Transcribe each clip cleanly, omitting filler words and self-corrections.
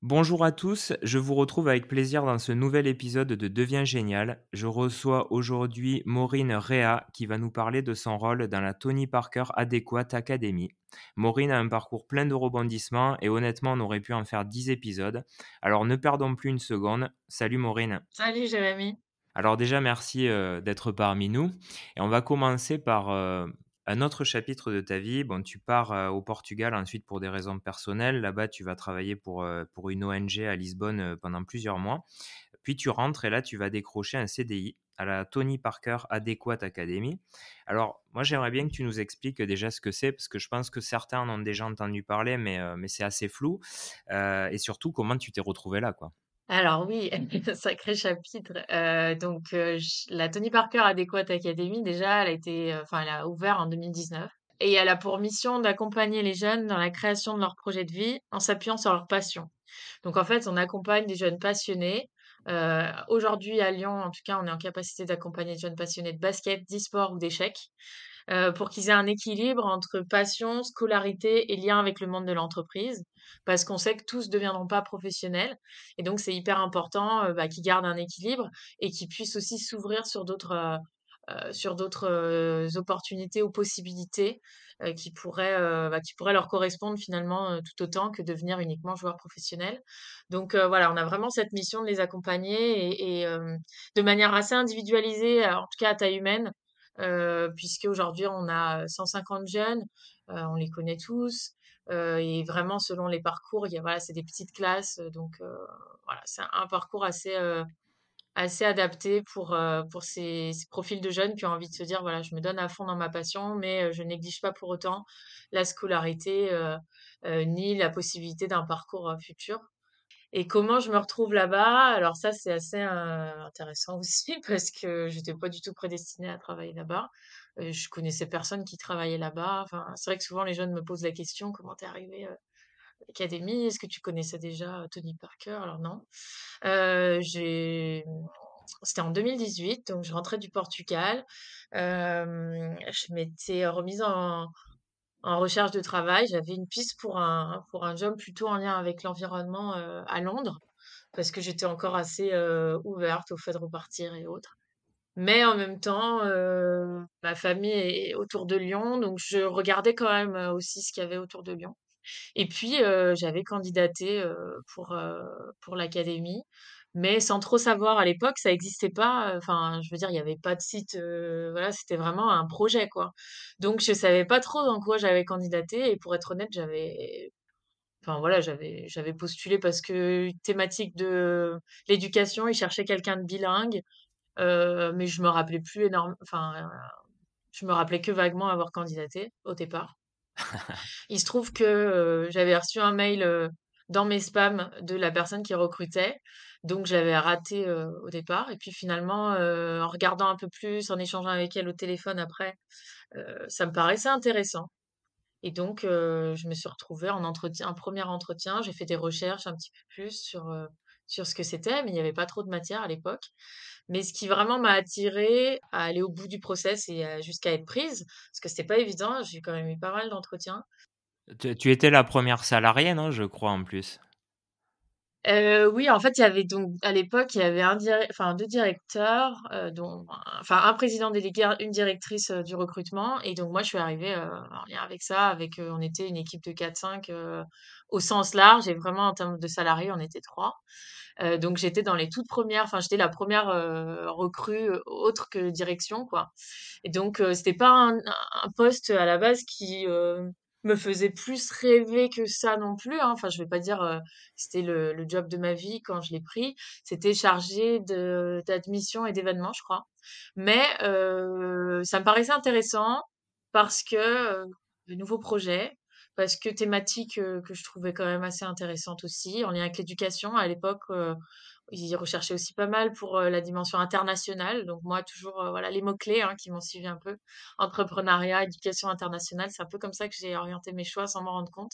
Bonjour à tous, je vous retrouve avec plaisir dans ce nouvel épisode de Deviens génial. Je reçois aujourd'hui Maureen Rea qui va nous parler de son rôle dans la Tony Parker Adequate Academy. Maureen a un parcours plein de rebondissements et honnêtement on aurait pu en faire 10 épisodes. Alors ne perdons plus une seconde. Salut Maureen. Salut Jérémy. Alors déjà, merci d'être parmi nous. Et on va commencer par un autre chapitre de ta vie. Bon, tu pars au Portugal ensuite pour des raisons personnelles. Là-bas, tu vas travailler pour une ONG à Lisbonne pendant plusieurs mois. Puis tu rentres et là, tu vas décrocher un CDI à la Tony Parker Adequate Academy. Alors, moi, j'aimerais bien que tu nous expliques déjà ce que c'est, parce que je pense que certains en ont déjà entendu parler, mais c'est assez flou. Et surtout, comment tu t'es retrouvé là, quoi. Alors oui, sacré chapitre. La Tony Parker Adequate Academy, déjà, elle a ouvert en 2019 et elle a pour mission d'accompagner les jeunes dans la création de leur projet de vie en s'appuyant sur leur passion. Donc en fait, on accompagne des jeunes passionnés. Aujourd'hui à Lyon, en tout cas, on est en capacité d'accompagner des jeunes passionnés de basket, d'e-sport ou d'échecs. Pour qu'ils aient un équilibre entre passion, scolarité et lien avec le monde de l'entreprise. Parce qu'on sait que tous ne deviendront pas professionnels. Et donc, c'est hyper important qu'ils gardent un équilibre et qu'ils puissent aussi s'ouvrir sur d'autres opportunités ou possibilités qui pourraient leur correspondre finalement tout autant que devenir uniquement joueur professionnel. Donc voilà, on a vraiment cette mission de les accompagner et de manière assez individualisée, en tout cas à taille humaine, puisque aujourd'hui on a 150 jeunes, on les connaît tous, et vraiment selon les parcours, voilà, c'est des petites classes, voilà, c'est un parcours assez adapté pour ces profils de jeunes qui ont envie de se dire voilà, je me donne à fond dans ma passion, mais je néglige pas pour autant la scolarité, ni la possibilité d'un parcours futur. Et comment je me retrouve là-bas? Alors ça, c'est assez intéressant aussi parce que j'étais pas du tout prédestinée à travailler là-bas. Je connaissais personne qui travaillait là-bas. Enfin, c'est vrai que souvent les jeunes me posent la question, comment t'es arrivée à l'académie? Est-ce que tu connaissais déjà Tony Parker? Alors non. J'ai C'était en 2018, donc je rentrais du Portugal. Je m'étais remise en recherche de travail. J'avais une piste pour un job plutôt en lien avec l'environnement à Londres, parce que j'étais encore assez ouverte au fait de repartir et autres. Mais en même temps, ma famille est autour de Lyon, donc je regardais quand même aussi ce qu'il y avait autour de Lyon. Et puis, j'avais candidaté pour l'académie, mais sans trop savoir à l'époque, ça n'existait pas. Enfin, je veux dire, il n'y avait pas de site. Voilà, c'était vraiment un projet, quoi. Donc, je savais pas trop dans quoi j'avais candidaté. Et pour être honnête, enfin voilà, j'avais postulé parce que thématique de l'éducation, ils cherchaient quelqu'un de bilingue, mais je me rappelais plus énorme. Enfin, je me rappelais que vaguement avoir candidaté au départ. Il se trouve que j'avais reçu un mail dans mes spams de la personne qui recrutait, donc j'avais raté au départ. Et puis finalement, en regardant un peu plus, en échangeant avec elle au téléphone après, ça me paraissait intéressant. Et donc, je me suis retrouvée en entretien, un premier entretien. J'ai fait des recherches un petit peu plus sur ce que c'était, mais il n'y avait pas trop de matière à l'époque. Mais ce qui vraiment m'a attirée à aller au bout du process et jusqu'à être prise, parce que c'était pas évident, j'ai quand même eu pas mal d'entretiens. Tu étais la première salariée, non, je crois en plus. Oui, en fait, il y avait donc à l'époque, il y avait 2 directeurs, dont un président délégué, une directrice, du recrutement. Et donc moi, je suis arrivée, en lien avec ça, on était une équipe de 4-5, au sens large, et vraiment en termes de salariés, on était 3. Donc j'étais dans les toutes premières, enfin j'étais la première recrue, autre que direction, quoi. Et donc c'était pas un poste à la base qui me faisait plus rêver que ça non plus, hein. Enfin, je vais pas dire c'était le job de ma vie quand je l'ai pris. C'était chargé de d'admission et d'événements, je crois. Mais ça me paraissait intéressant parce que de nouveaux projets, parce que thématique que je trouvais quand même assez intéressante aussi, en lien avec l'éducation. À l'époque, ils recherchaient aussi pas mal pour la dimension internationale. Donc moi, toujours, voilà, les mots-clés hein, qui m'ont suivi un peu. Entrepreneuriat, éducation internationale, c'est un peu comme ça que j'ai orienté mes choix sans m'en rendre compte.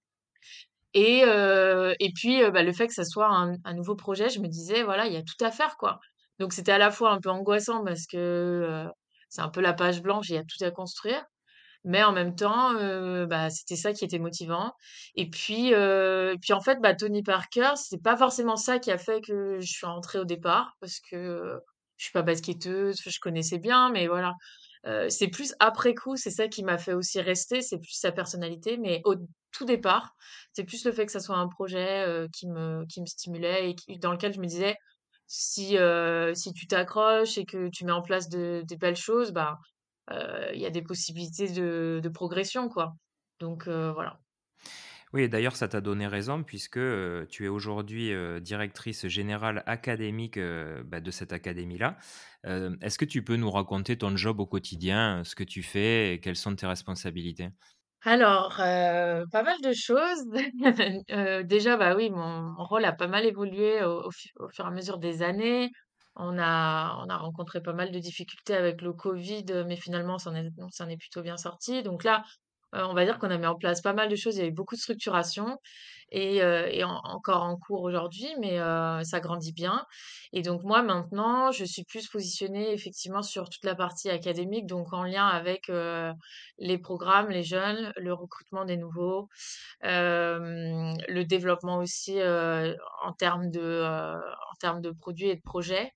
Et puis, le fait que ça soit un nouveau projet, je me disais, voilà, il y a tout à faire, quoi. Donc c'était à la fois un peu angoissant parce que c'est un peu la page blanche, il y a tout à construire. Mais en même temps, bah, c'était ça qui était motivant et puis en fait, bah, Tony Parker, c'est pas forcément ça qui a fait que je suis rentrée au départ parce que, je suis pas basketteuse, je connaissais bien, mais voilà. C'est plus après coup, c'est ça qui m'a fait aussi rester, c'est plus sa personnalité, mais au tout départ, c'est plus le fait que ça soit un projet, qui me stimulait et qui dans lequel je me disais: Si tu t'accroches et que tu mets en place des belles choses, bah, il y a des possibilités de progression, quoi. Donc voilà. Oui, et d'ailleurs, ça t'a donné raison puisque, tu es aujourd'hui, directrice générale académique, bah, de cette académie-là. Est-ce que tu peux nous raconter ton job au quotidien, ce que tu fais et quelles sont tes responsabilités? Alors, pas mal de choses. Déjà, bah, oui, mon rôle a pas mal évolué au fur et à mesure des années. On a rencontré pas mal de difficultés avec le covid, mais finalement on s'en est plutôt bien sorti. Donc là, on va dire qu'on a mis en place pas mal de choses. Il y a eu beaucoup de structuration et encore en cours aujourd'hui, mais ça grandit bien. Et donc moi, maintenant, je suis plus positionnée effectivement sur toute la partie académique, donc en lien avec, les programmes, les jeunes, le recrutement des nouveaux, le développement aussi, en termes de produits et de projets.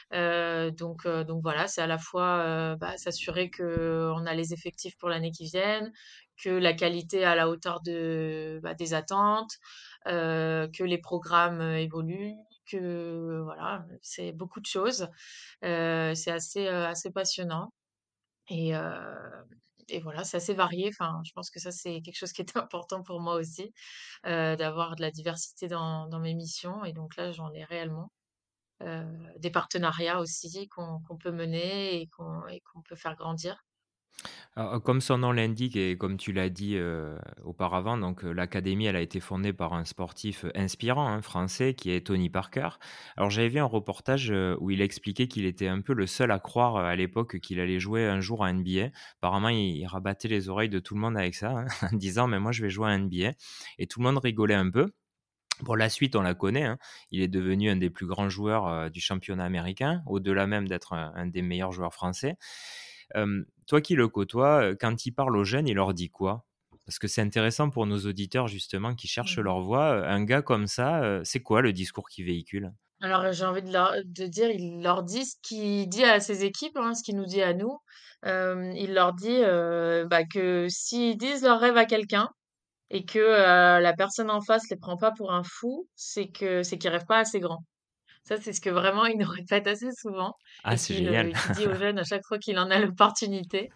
Donc voilà, c'est à la fois, bah, s'assurer qu'on a les effectifs pour l'année qui vienne, que la qualité est à la hauteur bah, des attentes, que les programmes, évoluent, que voilà, c'est beaucoup de choses. C'est assez passionnant et heu et voilà, c'est assez varié. Enfin, je pense que ça, c'est quelque chose qui est important pour moi aussi, d'avoir de la diversité dans mes missions et donc là, j'en ai réellement. Heu, des partenariats aussi qu'on peut mener et qu'on peut faire grandir. Alors, comme son nom l'indique et comme tu l'as dit, auparavant, donc, l'académie, elle a été fondée par un sportif, inspirant, hein, français qui est Tony Parker. Alors j'avais vu un reportage, où il expliquait qu'il était un peu le seul à croire, à l'époque qu'il allait jouer un jour à NBA. Apparemment, il rabattait les oreilles de tout le monde avec ça, hein, en disant: «Mais moi je vais jouer à NBA» et tout le monde rigolait un peu. Bon, la suite, on la connaît, hein. Il est devenu un des plus grands joueurs, du championnat américain, au-delà même d'être un des meilleurs joueurs français. Toi qui le côtoies, quand il parle aux jeunes, il leur dit quoi? Parce que c'est intéressant pour nos auditeurs justement qui cherchent Mmh. leur voie, un gars comme ça, c'est quoi le discours qu'il véhicule? Alors, j'ai envie de dire, il leur dit ce qu'il dit à ses équipes, hein, ce qu'il nous dit à nous. Il leur dit, bah, que s'ils disent leur rêve à quelqu'un et que, la personne en face les prend pas pour un fou, c'est qu'ils rêvent pas assez grand. Ça, c'est ce que vraiment il nous répète assez souvent Ah, et c'est génial. qu'il dit aux jeunes à chaque fois qu'il en a l'opportunité.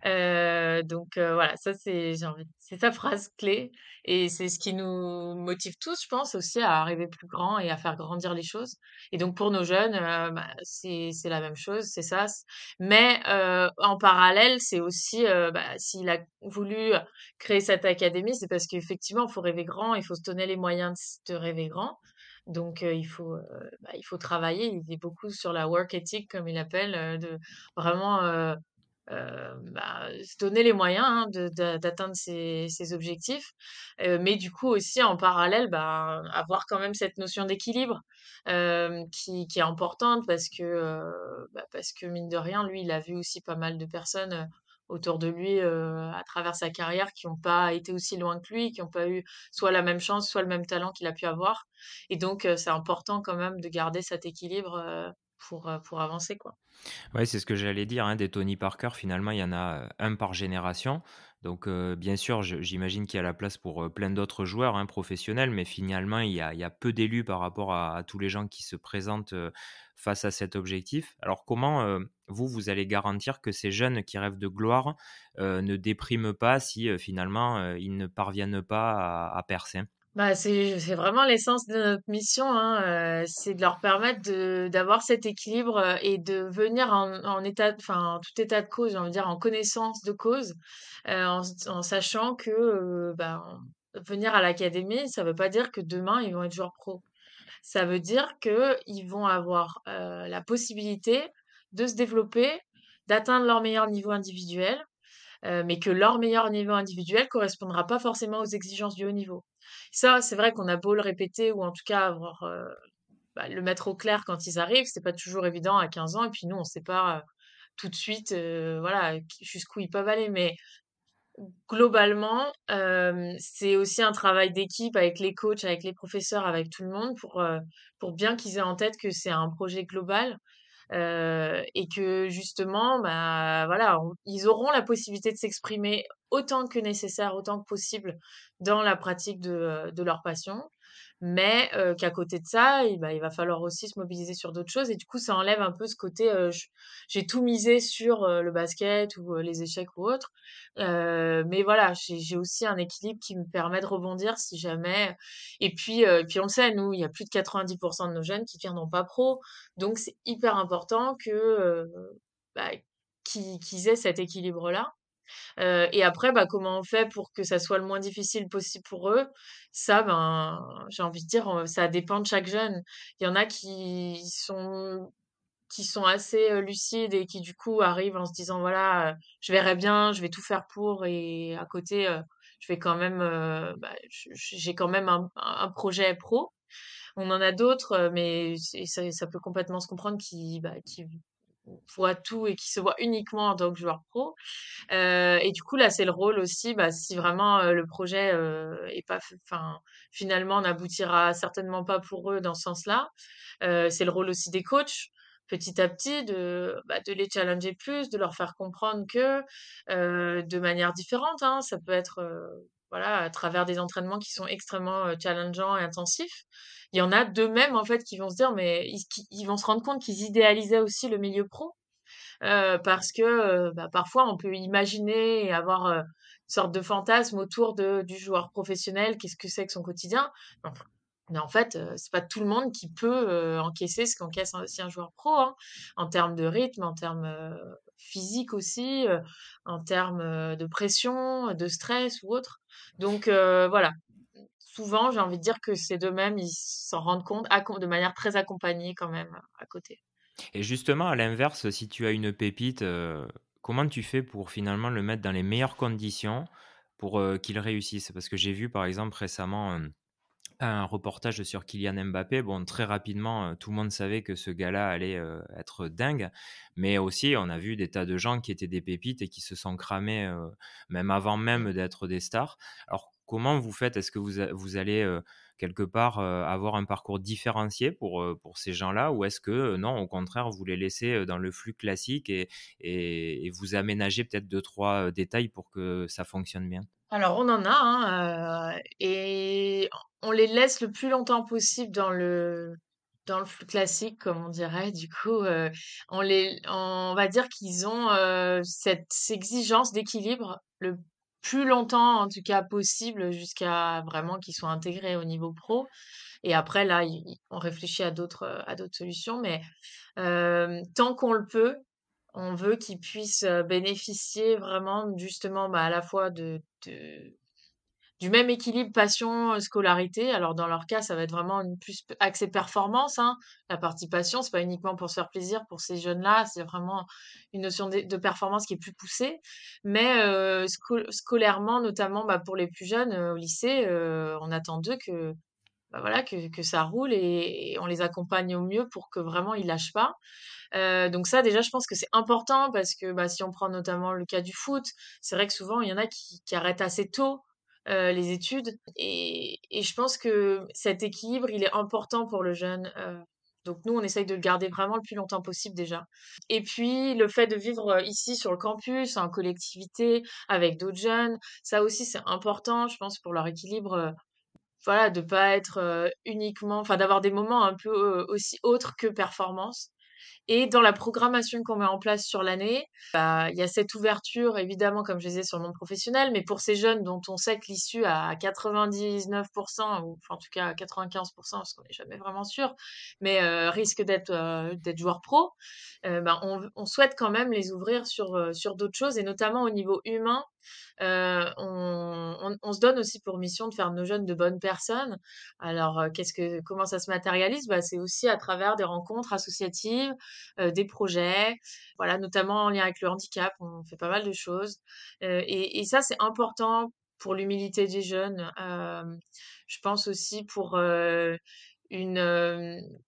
Voilà, ça c'est sa phrase clé et c'est ce qui nous motive tous, je pense, aussi à arriver plus grand et à faire grandir les choses. Et donc pour nos jeunes, bah, c'est la même chose, c'est ça. Mais en parallèle, c'est aussi, bah, s'il a voulu créer cette académie, c'est parce qu'effectivement, il faut rêver grand, il faut se donner les moyens de rêver grand. Donc il faut travailler. Il est beaucoup sur la work ethic, comme il appelle, de vraiment, bah, se donner les moyens, hein, d'atteindre ses objectifs. Mais du coup aussi en parallèle, bah, avoir quand même cette notion d'équilibre, qui est importante parce que mine de rien, lui, il a vu aussi pas mal de personnes, autour de lui, à travers sa carrière qui ont pas été aussi loin que lui, qui ont pas eu soit la même chance, soit le même talent qu'il a pu avoir. Et donc c'est important quand même de garder cet équilibre, pour avancer, quoi. Ouais, c'est ce que j'allais dire, hein, des Tony Parker, finalement, il y en a, 1 par génération. Donc, bien sûr, j'imagine qu'il y a la place pour, plein d'autres joueurs, hein, professionnels, mais finalement, il y a peu d'élus par rapport à tous les gens qui se présentent, face à cet objectif. Alors comment, vous allez garantir que ces jeunes qui rêvent de gloire, ne dépriment pas si, finalement, ils ne parviennent pas à percer? Bah, c'est vraiment l'essence de notre mission, hein, c'est de leur permettre d'avoir cet équilibre, et de venir en état enfin, en tout état de cause, j'ai envie de dire, en connaissance de cause, en sachant que, ben, venir à l'académie, ça veut pas dire que demain ils vont être joueurs pro. Ça veut dire qu'ils vont avoir, la possibilité de se développer, d'atteindre leur meilleur niveau individuel, mais que leur meilleur niveau individuel correspondra pas forcément aux exigences du haut niveau. Ça, c'est vrai qu'on a beau le répéter ou en tout cas avoir, bah, le mettre au clair quand ils arrivent, c'est pas toujours évident à 15 ans et puis nous, on sait pas, tout de suite, voilà, jusqu'où ils peuvent aller. Mais Globalement, c'est aussi un travail d'équipe avec les coachs, avec les professeurs, avec tout le monde pour bien qu'ils aient en tête que c'est un projet global. Et que justement, bah, voilà, ils auront la possibilité de s'exprimer autant que nécessaire, autant que possible dans la pratique de leur passion. Mais qu'à côté de ça, il va falloir aussi se mobiliser sur d'autres choses. Et du coup, ça enlève un peu ce côté, j'ai tout misé sur le basket ou les échecs ou autre. Mais voilà, j'ai aussi un équilibre qui me permet de rebondir si jamais. Et puis on le sait, nous, il y a plus de 90% de nos jeunes qui ne viendront pas pro. Donc, c'est hyper important bah, qu'ils aient cet équilibre-là. Et après, bah, comment on fait pour que ça soit le moins difficile possible pour eux? Ça, ben, j'ai envie de dire, ça dépend de chaque jeune. Il y en a qui sont assez lucides et qui, du coup, arrivent en se disant, voilà, je verrai bien, je vais tout faire pour. Et à côté, je vais quand même, bah, j'ai quand même un projet pro. On en a d'autres, mais ça peut complètement se comprendre qui voient tout et qui se voient uniquement en tant que joueur pro. Et du coup, là, c'est le rôle aussi, bah, si vraiment le projet est pas, enfin, finalement, n'aboutira certainement pas pour eux dans ce sens-là. C'est le rôle aussi des coachs, petit à petit, de les challenger plus, de leur faire comprendre que de manière différente, hein, ça peut être voilà, à travers des entraînements qui sont extrêmement challengeants et intensifs. Il y en a d'eux-mêmes, en fait, qui vont se dire, mais ils vont se rendre compte qu'ils idéalisaient aussi le milieu pro parce que bah, parfois on peut imaginer et avoir une sorte de fantasme autour du joueur professionnel, qu'est-ce que c'est que son quotidien. Enfin, mais en fait, c'est pas tout le monde qui peut encaisser ce qu'encaisse aussi un joueur pro, hein, en termes de rythme, en termes physiques aussi, en termes de pression, de stress ou autre. Donc voilà, souvent j'ai envie de dire que c'est d'eux-mêmes, ils s'en rendent compte de manière très accompagnée quand même à côté. Et justement, à l'inverse, si tu as une pépite, comment tu fais pour finalement le mettre dans les meilleures conditions pour, qu'il réussisse? Parce que j'ai vu par exemple récemment, un reportage sur Kylian Mbappé. Bon, très rapidement, tout le monde savait que ce gars-là allait, être dingue, mais aussi on a vu des tas de gens qui étaient des pépites et qui se sont cramés, même avant même d'être des stars. Alors comment vous faites? Est-ce que vous allez, quelque part, avoir un parcours différencié pour ces gens-là? Ou est-ce que, non, au contraire, vous les laissez, dans le flux classique et vous aménagez peut-être deux trois détails pour que ça fonctionne bien? Alors on en a, hein, et on les laisse le plus longtemps possible dans le flux classique, comme on dirait. Du coup, on va dire qu'ils ont, cette exigence d'équilibre le plus longtemps, en tout cas possible, jusqu'à vraiment qu'ils soient intégrés au niveau pro. Et après là, on réfléchit à d'autres solutions, mais tant qu'on le peut, on veut qu'ils puissent, bénéficier vraiment justement, bah, à la fois du même équilibre passion, scolarité. Alors dans leur cas, ça va être vraiment une plus axé performance, hein. La partie passion, c'est pas uniquement pour se faire plaisir pour ces jeunes-là, c'est vraiment une notion de performance qui est plus poussée. Mais scolairement, notamment, bah, pour les plus jeunes, au lycée, on attend d'eux que, bah, voilà, que ça roule et on les accompagne au mieux pour que vraiment ils lâchent pas. Donc ça déjà je pense que c'est important parce que, bah, si on prend notamment le cas du foot, c'est vrai que souvent il y en a qui arrêtent assez tôt, les études et je pense que cet équilibre, il est important pour le jeune, donc nous on essaye de le garder vraiment le plus longtemps possible déjà. Et puis le fait de vivre, ici sur le campus, en collectivité, avec d'autres jeunes, ça aussi c'est important je pense pour leur équilibre, voilà, de pas être, uniquement enfin d'avoir des moments un peu, aussi autres que performance. Et dans la programmation qu'on met en place sur l'année, bah, il y a cette ouverture évidemment comme je disais sur le monde professionnel, mais pour ces jeunes dont on sait que l'issue à 99 ou enfin en tout cas à 95 parce qu'on n'est jamais vraiment sûr, mais risque d'être joueur pro, ben, on souhaite quand même les ouvrir sur d'autres choses et notamment au niveau humain. On se donne aussi pour mission de faire de nos jeunes de bonnes personnes. Alors, comment ça se matérialise? Bah, c'est aussi à travers des rencontres associatives, des projets, voilà, notamment en lien avec le handicap. On fait pas mal de choses, et ça, c'est important pour l'humilité des jeunes. Je pense aussi pour, une,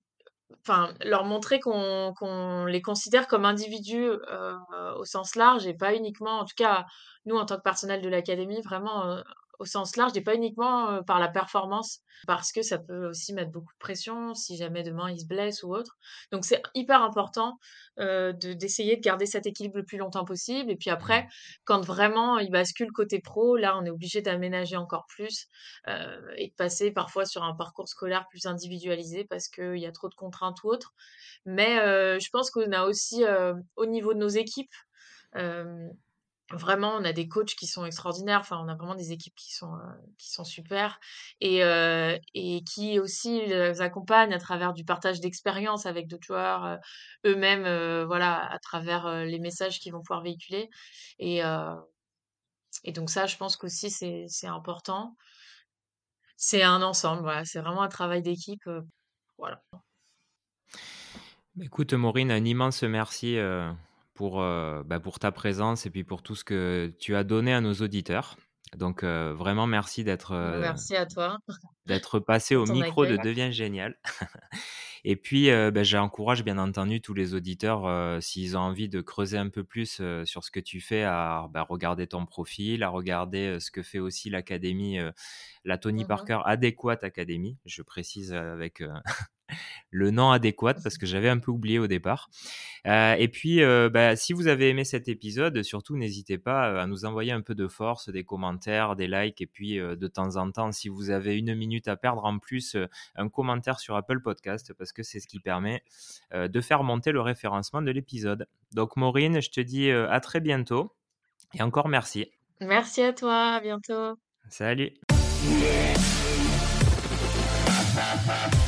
enfin, leur montrer qu'on les considère comme individus, au sens large et pas uniquement en tout cas, nous, en tant que personnel de l'académie, vraiment, au sens large et pas uniquement, par la performance. Parce que ça peut aussi mettre beaucoup de pression si jamais demain ils se blessent ou autre. Donc c'est hyper important, d'essayer de garder cet équilibre le plus longtemps possible et puis après, Mmh. quand vraiment ils basculent côté pro, là, on est obligé d'aménager encore plus, et de passer parfois sur un parcours scolaire plus individualisé parce qu'il y a trop de contraintes ou autre. Mais je pense qu'on a aussi, au niveau de nos équipes, hem, vraiment, on a des coachs qui sont extraordinaires. Enfin, on a vraiment des équipes qui sont super et qui aussi les accompagnent à travers du partage d'expériences avec d'autres joueurs, eux-mêmes, voilà, à travers, les messages qu'ils vont pouvoir véhiculer et heu et donc ça, je pense qu'aussi c'est important. C'est un ensemble, voilà, c'est vraiment un travail d'équipe, voilà. Bah, écoute Maureen, un immense merci, pour ta présence et puis pour tout ce que tu as donné à nos auditeurs. Donc, vraiment merci Merci à toi d'être passé pour au ton micro de accueil. Devient Génial. Et puis, j'encourage bien entendu tous les auditeurs, s'ils ont envie de creuser un peu plus, sur ce que tu fais à, regarder ton profil, à regarder, ce que fait aussi l'académie, la Tony Mmh mh. Parker Adéquat Academy. Je précise, avec, le nom adéquat parce que j'avais un peu oublié au départ. Et puis, si vous avez aimé cet épisode, surtout n'hésitez pas, à nous envoyer un peu de force, des commentaires, des likes et puis, de temps en temps, si vous avez une minute à perdre en plus, un commentaire sur Apple Podcast parce que c'est ce qui permet, de faire monter le référencement de l'épisode. Donc Maureen, je te dis, à très bientôt et encore merci. Merci à toi, à bientôt. Salut.